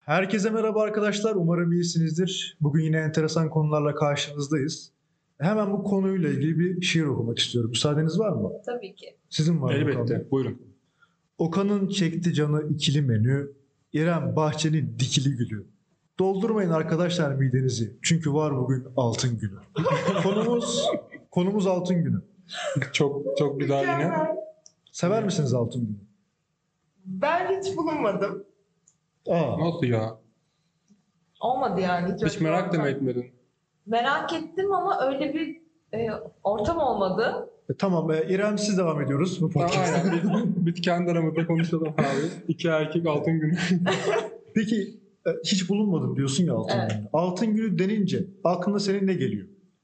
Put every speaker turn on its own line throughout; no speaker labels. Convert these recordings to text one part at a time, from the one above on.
Herkese merhaba arkadaşlar. Umarım iyisinizdir. Bugün yine enteresan konularla karşınızdayız. Hemen bu konuyla ilgili bir şiir okumak istiyorum. Müsaadeniz var mı?
Tabii ki.
Sizin var mı?
Elbette. Buyurun.
Okan'ın çekti canı ikili menü. İrem Bahçe'nin dikili gülü. Doldurmayın arkadaşlar midenizi. Çünkü var bugün altın günü. konumuz altın günü.
Çok güzel yine.
Sever misiniz altın günü?
Ben hiç bulunmadım.
Nasıl ya?
Olmadı yani.
Hiç merak da mı etmedin?
Merak ettim ama öyle bir ortam olmadı.
Tamam, İrem siz devam ediyoruz bu
Tamam,
podcast'a.
biz kendi aramızda konuşalım abi. İki erkek altın günü.
Peki hiç bulunmadım diyorsun ya altın
Evet.
günü. Altın günü denince aklına senin ne geliyor?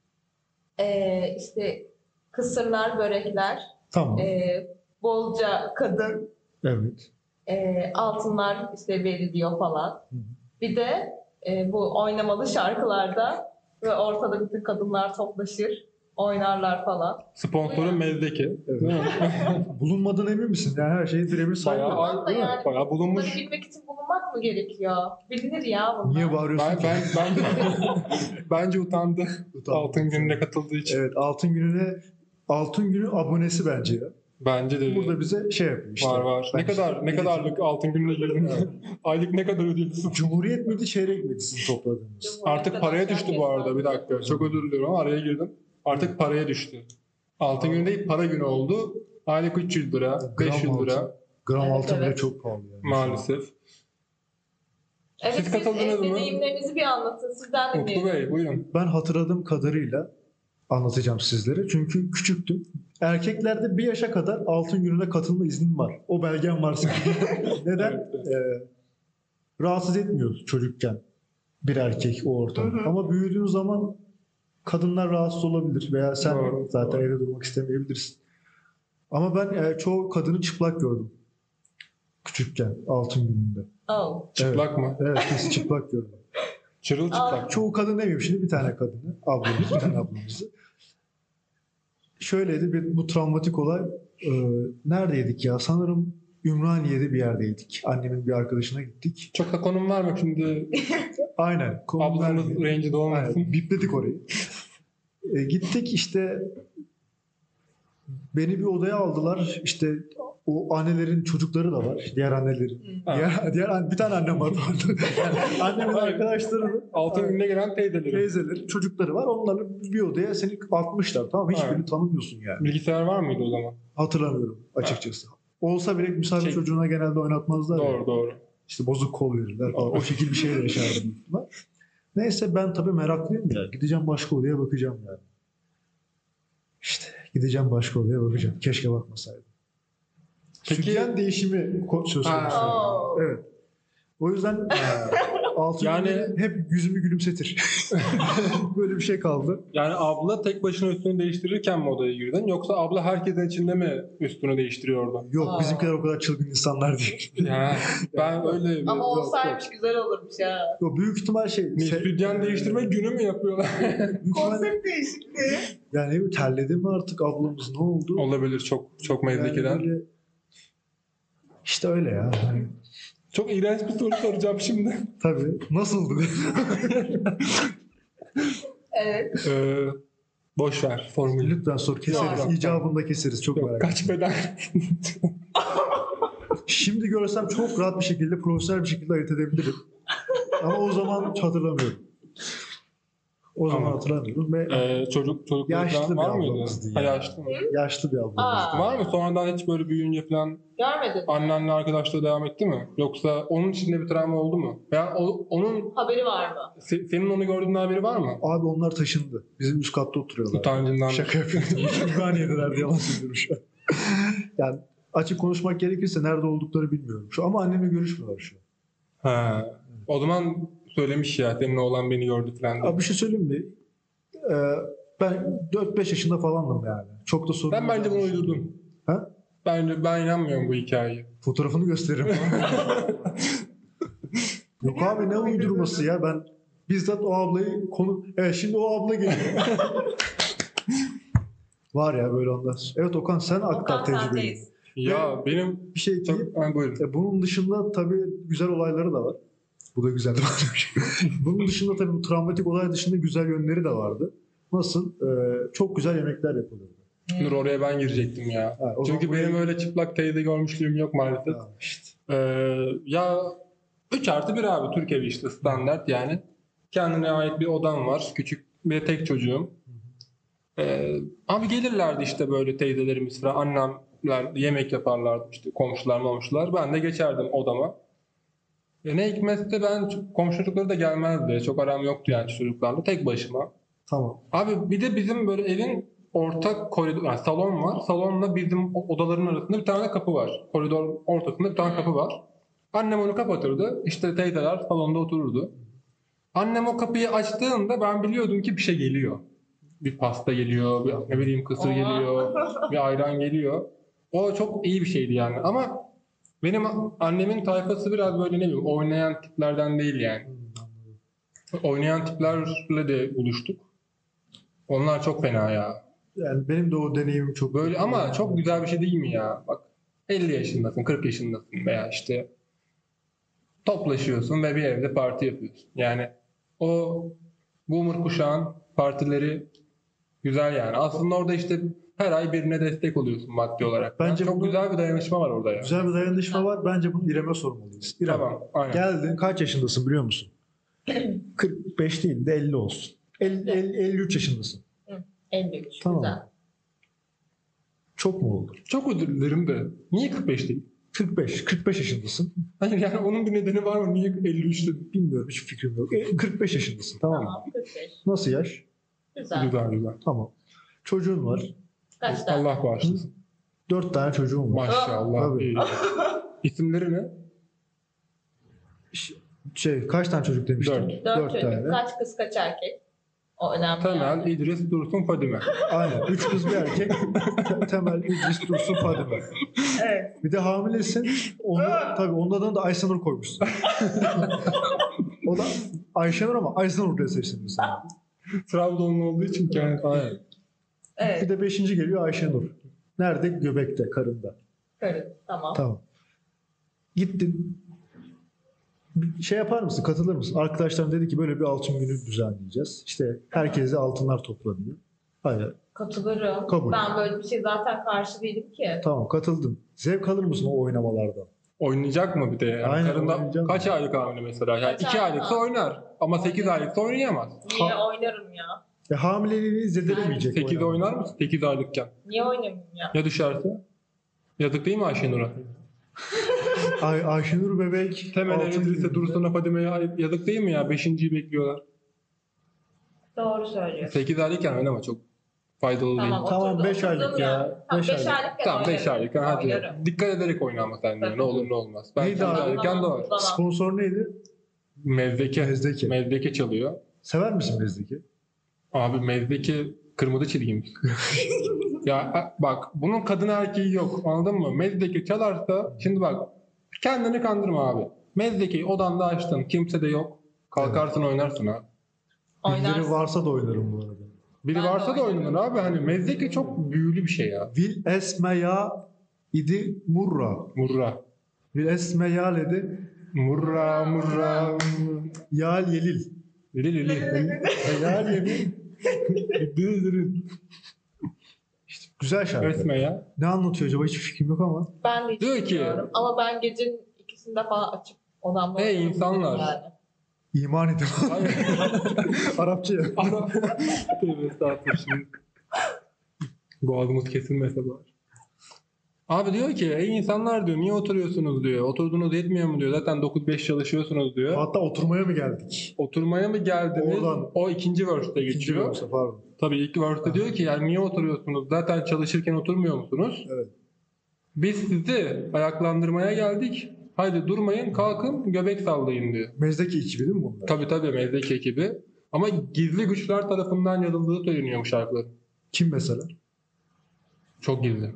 İşte kısırlar, börekler,
Tamam.
bolca kadın,
Evet.
altınlar işte veriliyor falan.
Hı hı.
Bir de bu oynamalı şarkılarda ve ortada bütün kadınlar toplaşır, oynarlar falan.
Sponsorun Mezdeki.
Evet.
Değil mi?
Bulunmadan emin misin? Yani her şeyi birebir sayıyor.
Bayağı,
Tamam da
değil mi?
yani
Bayağı bulunmuş.
bunları bilmek için bulunmak mı gerekiyor? Bilinir ya bunlar.
Niye bağırıyorsun
Ben,
ki?
bence utandı.
Utandım.
Altın gününe katıldığı için.
Evet, altın günü abonesi bence ya.
Bence de
Burada bize şey yapıyor işte.
var.
Ben
Ne kadar ne kadarlık altın gününe girdin? Aylık ne kadar ödüyorsun?
Cumhuriyet miydi, çeyrek miydi sizin topladığınız?
Artık paraya düştü bu arada. Bir dakika. Çok özür diliyorum ama araya girdim. Artık paraya düştü. Altın günü değil, para günü oldu. Aylık 300 lira, 500 lira
Gram
Evet,
altın bile
evet.
çok pahalı yani.
maalesef.
Evet,
Siz katıldınız mı?
deneyimlerinizi bir anlatın. Sizden
Utku
dinleyelim.
Bey buyurun.
Ben hatırladığım kadarıyla anlatacağım sizlere. Çünkü küçüktüm. Erkeklerde bir yaşa kadar altın gününe katılma iznim var. O belgem varsa. Neden?
Evet.
Rahatsız etmiyor çocukken bir erkek o ortam.
Hı hı.
Ama büyüdüğün zaman kadınlar rahatsız olabilir veya sen
Doğru,
zaten
doğru.
evde durmak istemeyebilirsin. Ama ben çoğu kadını çıplak gördüm. Küçükken altın gününde.
Oh.
Çıplak mı?
Evet, kesin çıplak gördüm.
Çırılçıplak.
Çoğu kadın demeyeyim şimdi, bir tane kadını. Bir tane ablamızı. Şöyleydi bu travmatik olay. Neredeydik ya? Sanırım Ümraniye'de bir yerdeydik. Annemin bir arkadaşına gittik.
Çok da konum verme şimdi.
Aynen.
Ablamız rencide olmasın.
Aynen, bipledik orayı. Gittik işte, beni bir odaya aldılar. İşte o annelerin çocukları da var. Diğer annelerin.
Ha.
Bir tane annem var pardon. Yani annemin arkadaşları,
Altın gününe gelen teyzeleri.
teyzeleri, çocukları var. Onlarla bir odaya seni atmışlar. Tamam mı? Hiçbirini
Evet.
tanımıyorsun yani.
Bilgisayar var mıydı o zaman?
Hatırlamıyorum açıkçası. Olsa bile misafir
Şey-
çocuğuna genelde oynatmazlar. ya.
Doğru.
İşte bozuk kol verirler falan. O şekil bir şeyle yaşardım büyük ihtimal. Neyse, ben tabii meraklıyım ya. Gideceğim başka odaya bakacağım yani. İşte gideceğim başka odaya bakacağım. Keşke bakmasaydım.
Peki-
Sütyen değişimi söz konusu.
Ha.
Evet. O yüzden altın
Yani-
günü hep yüzümü gülümsetir. Böyle bir şey kaldı.
Yani abla tek başına üstünü değiştirirken mi odaya girdin? Yoksa abla herkesin içinde mi üstünü değiştiriyordu?
Yok,
Aa.
bizimkiler o kadar çılgın insanlar değil.
Ya ben öyle
Ama
Yok,
olsaymış güzel olurmuş ya.
Yok, büyük ihtimal
sütyen değiştirme günü mü yapıyorlar?
büyük ihtimal,
Konsept değişikliği.
yani ne bileyim, terledi mi artık ablamız, ne oldu?
Olabilir, çok
Yani
mevzekeden.
böyle- İşte öyle ya. Yani,
Çok iğrenç bir soru soracağım şimdi.
tabii. Nasıldı?
Evet.
Boş ver formülü.
Lütfen sor, keseriz.
Yok.
İcabını da keseriz. Çok
Yok,
merak
kaç
ettim.
beden?
Şimdi görsem çok rahat bir şekilde, profesyonel bir şekilde ayırt edebilirim. Ama o zaman hatırlamıyorum. O zaman
Tamam.
hatırlamıyorum ve
Çocuk
yaşlı bir
var mıydı?
ablamızdı
Ha,
ya.
yaşlı mı?
yaşlı bir ablamızdı.
Aa.
Var mı? Sonradan hiç böyle büyüyünce falan
Görmedin.
annenle arkadaşlığı devam etti mi? Yoksa onun içinde bir travma oldu mu? Veya onun
Haberi var mı?
senin onu gördüğünden haberi var mı?
Abi onlar taşındı. Bizim üst katta oturuyorlar.
Utancından.
Şaka yapıyorum. Ümraniye'deler diye yalan söylüyorum şu an. Yani açık konuşmak gerekirse nerede oldukları bilmiyorum. Ama annemle görüşmüyorlar şu an.
Ha. O zaman söylemiş ya senin oğlan beni gördü falan diye.
Abi bir şey söyleyeyim mi? Ben 4-5 yaşında falandım yani. Çok da sorun
Ben bence bunu uydurdum.
Ha?
Ben inanmıyorum bu hikayeye.
Fotoğrafını gösteririm. Yok abi, ne uydurması ya, ben bizzat o ablayı Evet, şimdi o abla geliyor. Var ya böyle anlar. Evet Okan, sen aktar
Okan
tecrübeyi.
sendeyiz.
Ya benim
Bir şey diyeyim.
çok... Ha, buyurun.
Bunun dışında tabii güzel olayları da var. Bu da güzeldi. Bunun dışında tabii bu travmatik olay dışında güzel yönleri de vardı. Nasıl? Çok güzel yemekler yapılırdı.
Dur oraya ben girecektim ya.
Ha, o
Çünkü
zaman
benim
buraya-
öyle çıplak teyze görmüşlüğüm yok maalesef.
Ha, işte.
Ya 3+1 abi Türk evi işte standart yani. Kendine ait bir odam var. Küçük bir tek çocuğum. Abi gelirlerdi işte böyle teyzelerimiz falan. Annemler yemek yaparlardı işte komşular. Ben de geçerdim odama. Ne hikmetse ben komşu çocukları da gelmezdi. Çok aram yoktu yani çocuklarla. Tek başıma.
Tamam.
Abi bir de bizim böyle evin ortak koridor, yani salon var. Salonla bizim odaların arasında bir tane kapı var. Koridor ortasında bir tane kapı var. Annem onu kapatırdı. İşte teyzeler salonda otururdu. Annem o kapıyı açtığında ben biliyordum ki bir şey geliyor. Bir pasta geliyor, bir, ne bileyim kısır
Oha.
geliyor, bir ayran geliyor. O çok iyi bir şeydi yani. Ama benim annemin tayfası biraz böyle ne bileyim oynayan tiplerden değil yani. Oynayan tiplerle de buluştuk. Onlar çok fena ya.
Yani benim de o deneyimim çok
Böyle ama çok güzel bir şey değil mi ya? Bak 50 yaşındasın, 40 yaşındasın veya işte toplaşıyorsun ve bir evde parti yapıyorsun. Yani o boomer kuşağın partileri güzel yani. Aslında orada işte her ay birine destek oluyorsun maddi olarak.
Bence
çok
bunu-
güzel bir dayanışma var orada ya.
Güzel bir dayanışma var. Bence bunu İrem'e sormalıyız. İrem,
Tamam, aynen.
geldin. Kaç yaşındasın biliyor musun? 45 değil de 50 olsun. 53 yaşındasın.
53.
Tamam.
Güzel.
Çok mu oldu?
Çok özür dilerim de niye 45 değil?
45 yaşındasın.
Hayır yani onun bir nedeni var mı? Niye 53 dedin?
Bilmiyorum, hiç fikrim yok. 45 yaşındasın, tamam mı?
Tamam. 45.
Nasıl yaş?
Güzel.
Güzel.
Tamam. Çocuğun var.
Kaç tane?
Allah bağışlasın.
4 tane çocuğun var.
Maşallah.
Tabii.
iyi. İsimleri ne?
Kaç tane çocuk demiştin?
4.
4
Dört
çocuk.
tane.
Kaç kız kaç erkek? O önemli.
Temel,
yani.
İdris, Dursun, Fadime.
Aynen. 3 kız bir erkek. Temel, İdris, Dursun, Fadime.
Evet.
Bir de hamilesin. Tabii onun adını da Ayşenur koymuşsun. O da Ayşenur ama Ayşenur diye seçtin mesela.
Trabzonlu olduğu için kendisi.
Aynen. Bir
Evet.
de 5. geliyor Ayşenur. Nerede? Göbekte, karında.
Karın. Tamam.
Tamam. Gittin. Bir şey yapar mısın? Katılır mısın? Arkadaşlarım dedi ki böyle bir altın günü düzenleyeceğiz. İşte herkese altınlar toplanıyor. Hayır.
Katılırım.
Kabul.
Ben böyle bir şey zaten karşı değilim ki.
Tamam, katıldın. Zevk alır mısın o oynamalardan?
Oynayacak mı bir de? Yani
Aynen,
karında
oynayacak.
kaç aylık hamile mesela? Yani
Kaç
2
aylık
aylıksa
hamile?
oynar. Ama 8
Oynar.
aylıksa oynayamaz.
Niye oynarım ya?
Hamileliğini zedelemeyecek.
8
oynama.
oynar mısın? 8 aylıkken.
Niye oynamayayım ya?
Ya düşerse? Yazık değil mi Ayşenur'a?
Ayşenur bebek.
Temel
altın
İdris'e,
gününde-
Dursun'a, Fadime'ye yazık değil mi ya? 5.'yi bekliyorlar.
Doğru söylüyorsun.
8 aylıkken oynama çok faydalı değil.
Tamam,
oturdum,
5 aylık
oturdum
ya.
Tamam,
5
5
aylık.
aylıkken
Tamam 5
oynarım.
aylıkken hadi.
Oynarım.
Dikkat ederek oyna ama sen de.
Tabii.
Ne olur ne olmaz. Ben
Neydi
8
abi?
aylıkken de var.
Tamam.
Sponsor neydi?
Mezdeke.
Mezdeke.
Mezdeke çalıyor.
Sever misin Mezdeki?
Abi mezdeki kırmızı çizgimiz. Ya bak bunun kadın erkeği yok anladın mı? Mezdeki çalarsa şimdi bak kendini kandırma abi. Mezdekeyi odanda açtın kimse de yok. Kalkarsın oynarsın abi.
Oynarsın.
Birileri varsa da oynarım bu arada.
Biri
Ben de
varsa da
oynarım.
oynanır abi. Hani mezdeke çok büyülü bir şey ya.
Vil esmeya idi murra.
Murra.
Vil esmeya ledi
Murra.
yal yelil.
Lili lili.
Yal yelil. Güzel şarkı.
Resme ya.
Ne anlatıyor acaba hiçbir fikrim yok ama.
Ben de hiç
Diyor ki-
bilmiyorum. Ama ben gecenin ikisinde falan açıp odamda
Ey
oynarım
insanlar.
yani.
İman edin.
Hayır.
Arapça ya.
Ana. Tövbe estağfurullah şimdi. Boğazımız kesilmese bari. Abi diyor ki ey insanlar diyor niye oturuyorsunuz diyor. Oturduğunuz yetmiyor mu diyor. Zaten 9-5 çalışıyorsunuz diyor.
Hatta oturmaya mı geldik?
Oturmaya mı geldiniz?
Oradan.
O ikinci verse'te
İkinci
geçiyor.
bölümse pardon.
Tabii ilk verse'te diyor ki yani niye oturuyorsunuz? Zaten çalışırken oturmuyor musunuz?
Evet.
Biz sizi ayaklandırmaya geldik. Haydi durmayın kalkın göbek sallayın diyor.
Mezdeki ekibi değil mi bunlar?
Tabii mezdeki ekibi. Ama gizli güçler tarafından yazıldığı söyleniyor bu şarkıların.
Kim mesela?
Çok gizli.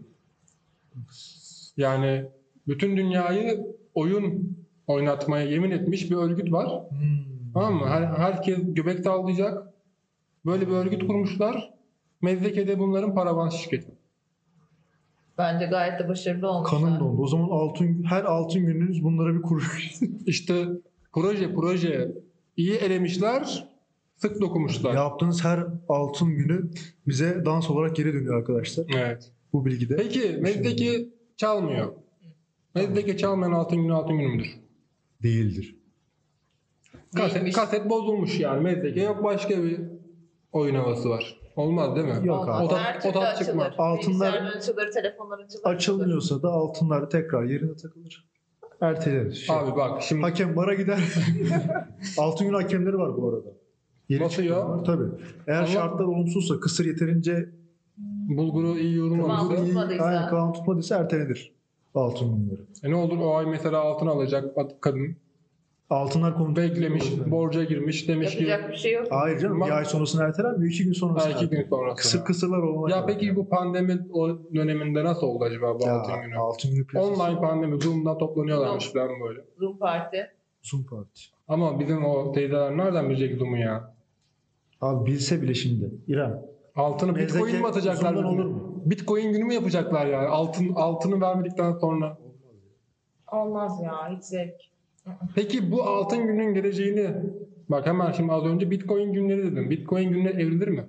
Yani bütün dünyayı oyun oynatmaya yemin etmiş bir örgüt var. Tamam mı? Herkes göbek sallayacak. Böyle bir örgüt kurmuşlar. Mezdeke'de bunların paravan şirketi.
Bence gayet de başarılı olmuşlar.
Kanım dondu. O zaman her altın gününüz bunlara bir kuruş.
İşte Proje. İyi elemişler, sık dokumuşlar.
Yaptığınız her altın günü bize dans olarak geri dönüyor arkadaşlar.
Evet.
Bu bilgide.
Peki Mezdeki çalmıyor. Mezdeki çalmayan altın günü müdür?
Değildir.
Değilmiş.
Kaset bozulmuş yani. Mezdeki yok, başka bir oyun havası var. Olmaz değil mi?
Yok abi.
O da-
Her türlü
o da
açılır.
çıkmaz.
Altınlar-
Bilgisayardan açılır, telefonlar açılır.
Açılmıyorsa da altınlar tekrar yerine takılır. Erteleriz.
Abi bak şimdi
Hakem bara gider. Altın gün hakemleri var bu arada. Yeni
Nasıl ya?
çıkanlar, tabii. Eğer
Ama-
şartlar olumsuzsa, kısır yeterince
bulguru iyi yorulmamışsa
Tamam. Tutmadıysa.
aynen kıvam tutmadıysa ertelenir altın günleri.
ne olur, o ay mesela altın alacak kadın
Altınlar konu
beklemiş, borca girmiş, demiş ki
Yapacak bir şey yok.
Hayır canım, bir ay sonrasını ertelenmiyor. 2 gün sonrasını
2 gün
erteleniyor.
sonrasına.
Kısır kısırlar olmaya
Ya peki bu pandemi o döneminde nasıl oldu acaba bu
Ya,
altın günü?
altın günü piyasası.
Online pandemi, Zoom'dan toplanıyorlarmış falan böyle.
Zoom parti.
Zoom parti.
Ama bizim o teyzeler nereden bilecek Zoom'u ya?
Abi bilse bile şimdi. İrem.
Altını
Mezdeke
Bitcoin mi atacaklar?
Zoom'dan
bize?
olur mu?
Bitcoin günü mü yapacaklar yani? Altını vermedikten sonra.
Olmaz ya, hiç zevk.
Peki bu altın günün geleceğini, bak hemen şimdi az önce Bitcoin günleri dedim. Bitcoin günleri evrilir mi?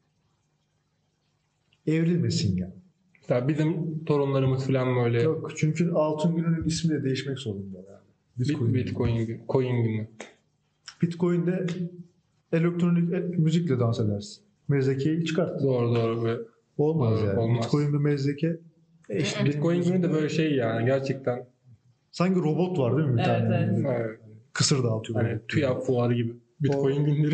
Evrilmesin yani.
Mesela bizim torunlarımız falan böyle
Yok, çünkü altın gününün ismi de değişmek zorunda yani.
Bitcoin günü, coin günü.
Bitcoin'de elektronik müzikle dans edersin. Mezdekeyi çıkart.
Doğru ve
Olmaz
Doğru,
yani.
olmaz.
Bitcoin ve mezdeke işte
Bitcoin günü de böyle şey yani gerçekten
sanki robot var değil mi bir
Evet,
tane?
evet.
evet,
Kısır dağıtıyor.
hani TÜYAP fuarı gibi. Bitcoin günleri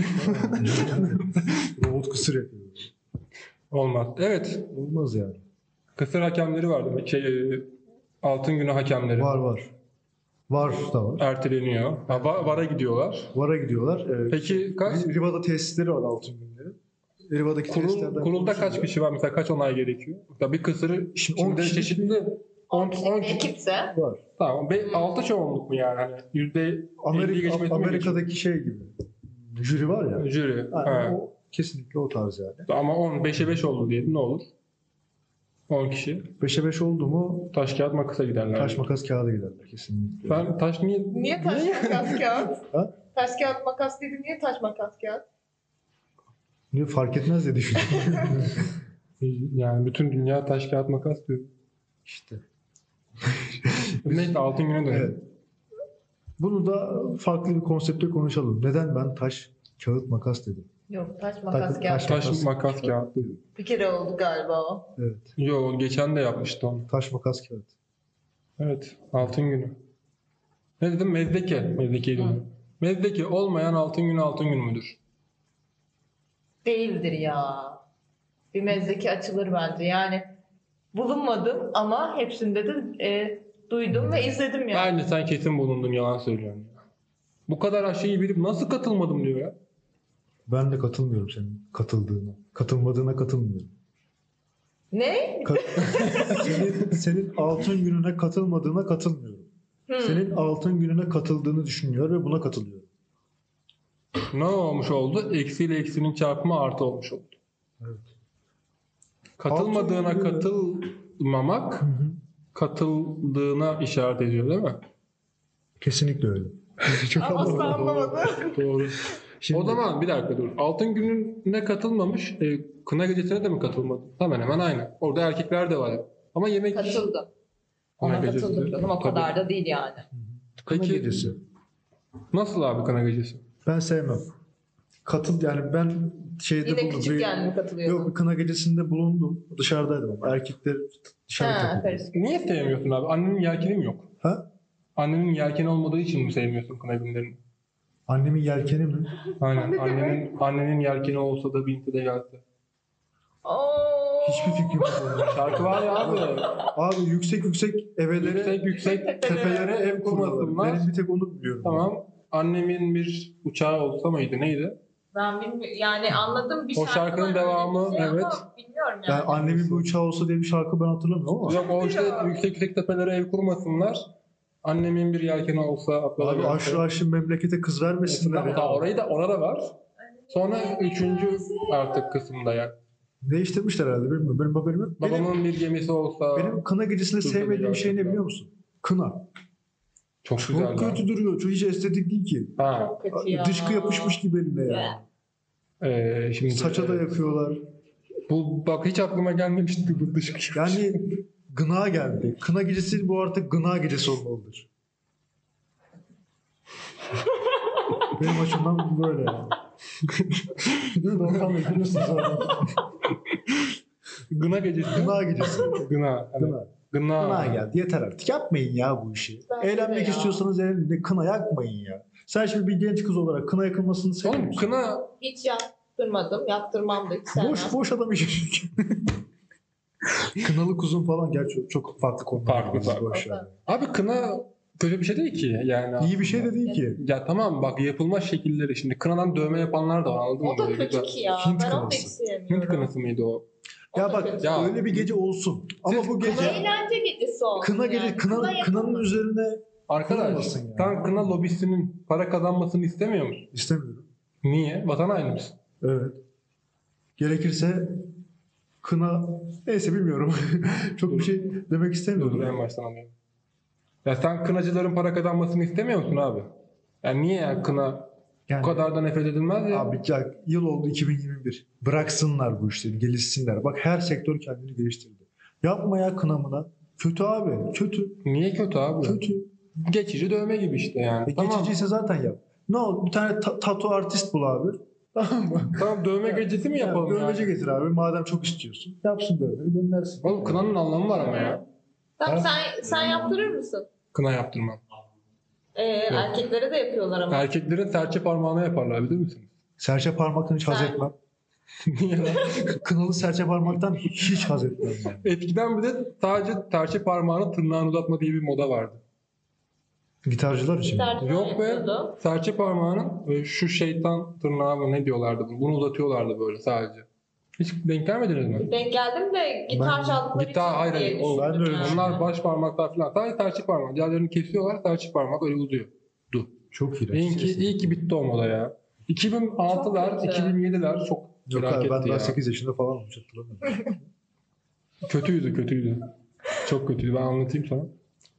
Robot kısır yapıyor.
olmaz. Evet,
Olmaz yani.
kısır hakemleri var demek. Altın günü hakemleri
Var var. Var da var.
erteleniyor. Vara gidiyorlar.
Vara gidiyorlar.
Peki kaç?
Riva'da tesisleri var altın günleri. Riva'daki tesislerden
Kurulda kaç
konuşuluyor.
kişi var? Mesela kaç onay gerekiyor? Mesela bir kısırı
Şimdi 10
şimdi
kişilik
çeşitli 10 kişi.
Ekipse
var.
Tamam. 6 çoğunluk mu yani? Hani %50'yi geçmesi mi geçiyor?
Amerika'daki şey gibi. Jüri var ya.
Jüri.
Yani
Ha.
o kesinlikle o tarz yani.
Ama 5'e 5 oldu diyelim, ne olur? 10 kişi.
5'e 5 oldu mu
Taş kağıt makasa giderler.
taş makas kağıda giderler kesinlikle.
Ben taş
niye taş makas kağıt?
Ha?
Taş kağıt makas dedi, niye taş makas kağıt?
Niye fark etmez diye düşünüyorum.
Yani bütün dünya taş kağıt makas diyor.
işte.
Neyse altın güne dönelim.
Evet. Bunu da farklı bir konsepte konuşalım. Neden ben taş, kağıt, makas dedim?
Yok, taş makas
Taş-
kağıt.
Taş makas kağıt dedim.
Bir kere oldu galiba o.
Evet.
Yo, geçen de yapmıştı onu.
Taş, makas, kağıt.
Evet, altın günü. Ne dedim? Mezdeke. Mezdeke'ye dönüyorum. Mezdeke olmayan altın günü müdür?
Değildir ya. Bir mezdeki açılır bence. Yani bulunmadım ama hepsinde de duydum ve izledim yani.
Bence sen kesin bulundun, yalan söylüyorsun. Ya. Bu kadar şeyi bilip nasıl katılmadım diyor ya.
Ben de katılmıyorum senin katıldığına. Katılmadığına katılmıyorum.
Ne?
Senin altın gününe katılmadığına katılmıyorum. Senin altın gününe katıldığını düşünüyor ve buna katılıyorum.
Ne olmuş oldu? Eksiyle eksinin çarpımı artı olmuş oldu.
Evet.
Katılmadığına
Altın günü-
katılmamak katıldığına işaret ediyor değil mi?
Kesinlikle öyle. Çok
Ama asla anlamadım.
Doğru.
Şimdi-
O zaman bir dakika dur. Altın gününe katılmamış, kına gecesine de mi katılmadı? Hemen hemen aynı. Orada erkekler de var. Ama yemek...
Katıldım. Ona
Kına gecesi.
katıldım canım, o
Tabii.
kadar da değil yani.
Kına
Peki
gecesi.
nasıl abi kına gecesi?
Ben sevmem. Yani ben şeyde
Yine
bulundum.
küçükken mi katılıyordun?
Yok, bir kına gecesinde bulundum. Dışarıdaydım ama. Erkekler dışarı
Ha,
takılıyor.
karışık.
Niye sevmiyorsun abi? Annenin yelkeni mi yok?
Ha?
Annenin yelkeni olmadığı için mi sevmiyorsun kına günlerini?
Annemin yelkeni mi?
Aynen. Annenin yelkeni olsa da binti de gelse.
Oo.
Hiçbir fikrim yok.
Şarkı var ya abi.
Abi yüksek evelere,
Yüksek
tepelere ev kurmalar.
kurmasınlar.
Benim bir tek onu biliyorum.
Tamam. Annemin bir uçağı olsa mıydı? Neydi?
Ben bilmiyorum. Yani anladım bir
O
şarkı
şarkının
var,
devamı,
öyle bir şey
evet.
ama bilmiyorum
Yani
yani.
annemin bir uçağı olsa diye bir şarkı ben hatırlamıyorum ama.
Yok, o işte
Ya.
yüksek tepelere ev kurmasınlar. Annemin bir yelkeni olsa atlara
Abi
gelse.
aşırı aşırı memlekete kız vermesinler
Tamam,
ya.
tamam, orayı da ona da var. Sonra 3. artık kısımda yani.
Değiştirmişler herhalde, bilmiyorum. Benim haberim yok.
Babamın bir gemisi olsa.
Benim kına gecesinde
Dur,
sevmediğim
dur,
şey ne
dur.
biliyor musun? Kına.
Çok güzel.
Çok kötü duruyor. Çok hiç estetik değil ki.
Ha.
Çok kötü ya.
Dışkı yapışmış gibi eline yani.
Şimdi
Saça da yakıyorlar.
bu bak hiç aklıma gelmemişti bu dışkı.
Yani gına geldi. Kına gecesi bu artık gına gecesi olmalıdır. Benim açımdan bu böyle yani. Doğukan Bey biliyorsunuz zaten.
Gına gecesi.
Gına gecesi.
Gına. Evet.
Gına.
Gına.
Kına geldi. Yeter artık. Yapmayın ya bu işi.
Bence de
Eğlenmek
ya.
istiyorsanız eğlenin de kına yakmayın ya. Sen şimdi bir genç kız olarak kına yakılmasını seviyor
Oğlum
musun?
kına
Hiç yaptırmadım. Yaptırmam da hiç sevmem.
Boş adam işi çünkü. Kınalı kuzum falan gerçi çok farklı konular.
Farklı,
Biz
farklı.
boş yani.
abi kına kötü bir şey değil ki yani.
İyi bir şey de değil ki.
Ya tamam bak yapılma şekilleri şimdi kınadan dövme yapanlar da var anladın mı?
O da
Böyle
kötü
güzel.
ki ya.
Hint
Ben onu da hiç
kınası.
sevmiyorum.
Hint kınası mıydı o?
O
Ya
da
bak
kötü.
Ya-
öyle bir gece olsun. Ama
Siz
bu
Kına
gece
eğlence gecesi olsun.
kına gece
yani.
kınanın
yapılmasın.
üzerine
Arkadaş
Olmasın yani.
sen kına lobisinin para kazanmasını istemiyor musun?
istemiyorum.
Niye? Vatan haini misin?
Evet. Gerekirse kına neyse bilmiyorum. Çok bir şey demek
Dur
istemiyorum.
en baştan alayım. Ya sen kınacıların para kazanmasını istemiyor musun abi? Yani niye ya kına
Yani,
bu kadar da nefret edilmez ya?
abi ya, yıl oldu 2021. Bıraksınlar bu işleri, gelişsinler. Bak her sektör kendini geliştirdi. Yapma ya kınamına. Kötü abi, kötü,
Niye kötü abi?
kötü.
Geçici dövme gibi işte yani. Tamam.
Geçiciyse zaten yap. Ne oldu? Bir tane tattoo artist bul abi. Tamam mı?
Tamam dövme gecesi mi yapalım ya?
Dövmeci getir abi madem çok istiyorsun. Yapsın dövmeyi göndersin.
Oğlum kınanın anlamı var ama ya.
Tamam
Ha?
sen yaptırır mısın?
Kına yaptırmam.
Erkeklere de yapıyorlar ama.
Erkeklerin serçe parmağına yaparlar bilir misiniz?
Serçe parmaktan hiç haz
Sen-
etmem.
Niye lan?
Kınalı serçe parmaktan hiç haz etmem yani.
Eskiden bir de sadece serçe parmağını tırnağını uzatma diye bir moda vardı.
Gitarcılar için.
Gitarcılar
Yok be.
yapıyordu.
Serçe parmağının şu şeytan tırnağı mı ne diyorlardı bunu? Bunu uzatıyorlardı böyle sadece. Hiç denk gelmediniz mi?
Denk geldim de gitar
Ben-
çaldıkları
gitar-
için
hayır,
diye
hayır, o-
ben de öyle
düşündüm
düşünüyorum.
Onlar baş parmaklar falan. Sadece serçe parmak. Diğerlerini kesiyorlar. Serçe parmak öyle uzuyor.
Çok iğrenç.
İyi ki bitti o moda ya. 2006'lar,
Çok kötü.
2007'ler çok
Yok abi
felaketti
ben daha
ya.
8 yaşında falan olmuş hatırlamıyorum.
Kötüydü. Çok kötüydü. Ben anlatayım sana.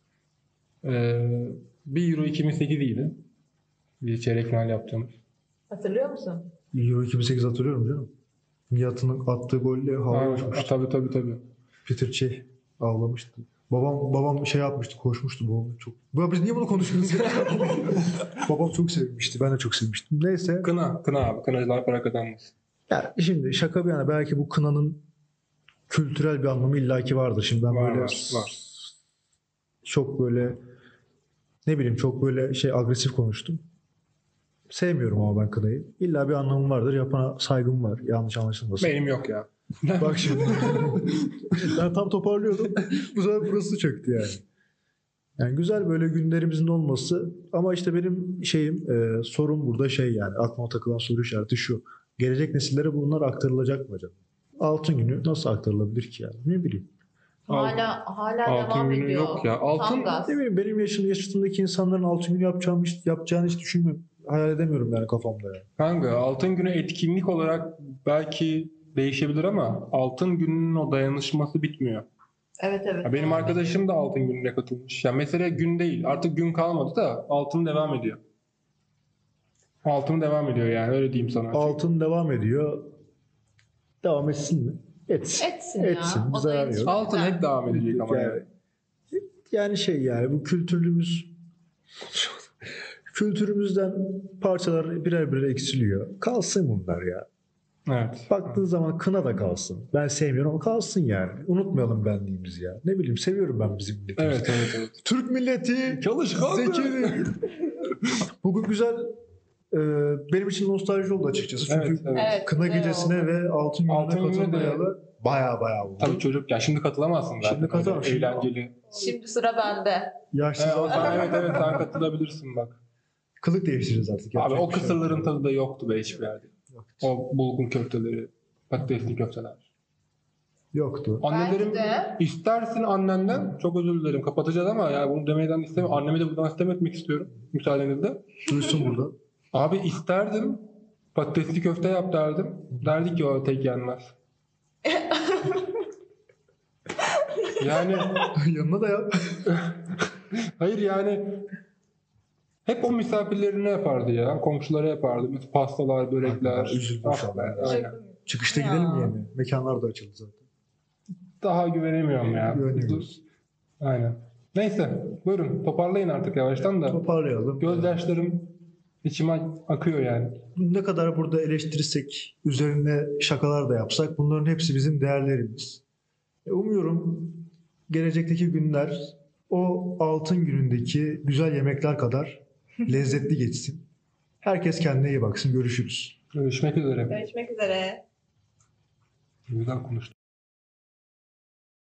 1 Euro 2008 idi. Bir çeyrek final yaptığımız.
Hatırlıyor musun?
Euro 2008 hatırlıyorum canım. Nihat'ın attığı golle havaya uçmuştu.
Tabii.
Peter Cech ağlamıştı. Babam şey yapmıştı, koşmuştu babam çok. Biz niye bunu konuşuyoruz ya? Babam çok sevmişti. Ben de çok sevmiştim. Neyse.
Kına abi. Kınacılar para kazanmaz.
Ya şimdi şaka bir yana belki bu kınanın kültürel bir anlamı illaki vardır. Şimdi ben
Var,
böyle
var.
çok böyle ne bileyim çok böyle agresif konuştum. Sevmiyorum ama ben kınayı. İlla bir anlamı vardır. Yapana saygım var. Yanlış anlaşılmasın.
Benim yok ya.
Bak şimdi. Ben tam toparlıyordum. Bu sefer burası çöktü yani. Yani güzel böyle günlerimizin olması ama işte benim sorun burada yani aklıma takılan soru işareti şu. Gelecek nesillere bunlar aktarılacak mı acaba? Altın günü nasıl aktarılabilir ki yani? Ne bileyim.
Hala
Altın
devam
günü
ediyor.
yok ya.
Tam
Altın
gaz.
Ne bileyim benim yaşıtımdaki insanların altın günü yapacağını hiç düşünmüyorum. Hayal edemiyorum yani kafamda yani.
kanka altın günü etkinlik olarak belki değişebilir ama altın gününün o dayanışması bitmiyor.
Evet.
Ya benim arkadaşım da altın gününe katılmış. Ya mesele gün değil. Artık gün kalmadı da altın devam ediyor. Altın devam ediyor yani öyle diyeyim sana.
Altın devam ediyor. Devam etsin mi? Etsin.
Etsin
Etsin,
ya. O da
zarar
yetişmez.
yok.
Altın hep devam edecek ama yani.
Yani bu kültürümüzden parçalar birer eksiliyor. Kalsın bunlar ya.
Evet.
Baktığın zaman kına da kalsın. Ben sevmiyorum ama kalsın yani. Unutmayalım benliğimizi ya. Ne bileyim seviyorum ben bizim milletimizi.
Evet.
Türk milleti
Çalışkan.
zekeri. Bugün güzel benim için nostalji oldu açıkçası. Çünkü
Evet,
kına
güzel
gecesine
oldu.
ve altın gününe
Altın gününe de-
katılmayalı baya oldu.
Tabii çocuk ya şimdi katılamazsın zaten.
Şimdi katılamam.
Öyle eğlenceli.
Şimdi sıra bende.
Yaşsız
Evet sen katılabilirsin bak.
kılık değiştireceğiz artık.
Abi
Yapacak
o
bir şey yok.
kısırların tadı da yoktu be hiçbir yerde.
Yoktu.
O bulgur köfteleri, patatesli köfteler.
Yoktu.
Annelerim
Belki de.
istersin annenden çok özür dilerim kapatacağız ama ya bunu demeden istemiyorum. Annemi de buradan istem etmek istiyorum müsaadenizle.
Duysun burada.
Abi isterdim patatesli köfte yap derdim. Derdi ki o tek yenmez. Yani
Yanına da yap.
hayır yani Hep o misafirlerine yapardı ya. Komşulara yapardı. Mesela pastalar, börekler.
Üzüldüm şu an.
be, aynen.
Üzüldüm.
Çıkışta
Ya.
gidelim mi yemeğe? Mekanlar da açıldı zaten.
Daha güvenemiyorum ya.
Güvenemiyoruz.
Aynen. Neyse buyurun toparlayın artık yavaştan da.
Toparlayalım.
Gözyaşlarım içime akıyor yani.
Ne kadar burada eleştirirsek, üzerine şakalar da yapsak bunların hepsi bizim değerlerimiz. Umuyorum gelecekteki günler o altın günündeki güzel yemekler kadar lezzetli geçsin. Herkes kendine iyi baksın. Görüşürüz.
Görüşmek üzere.
Görüşmek üzere.
Güzel konuştuk.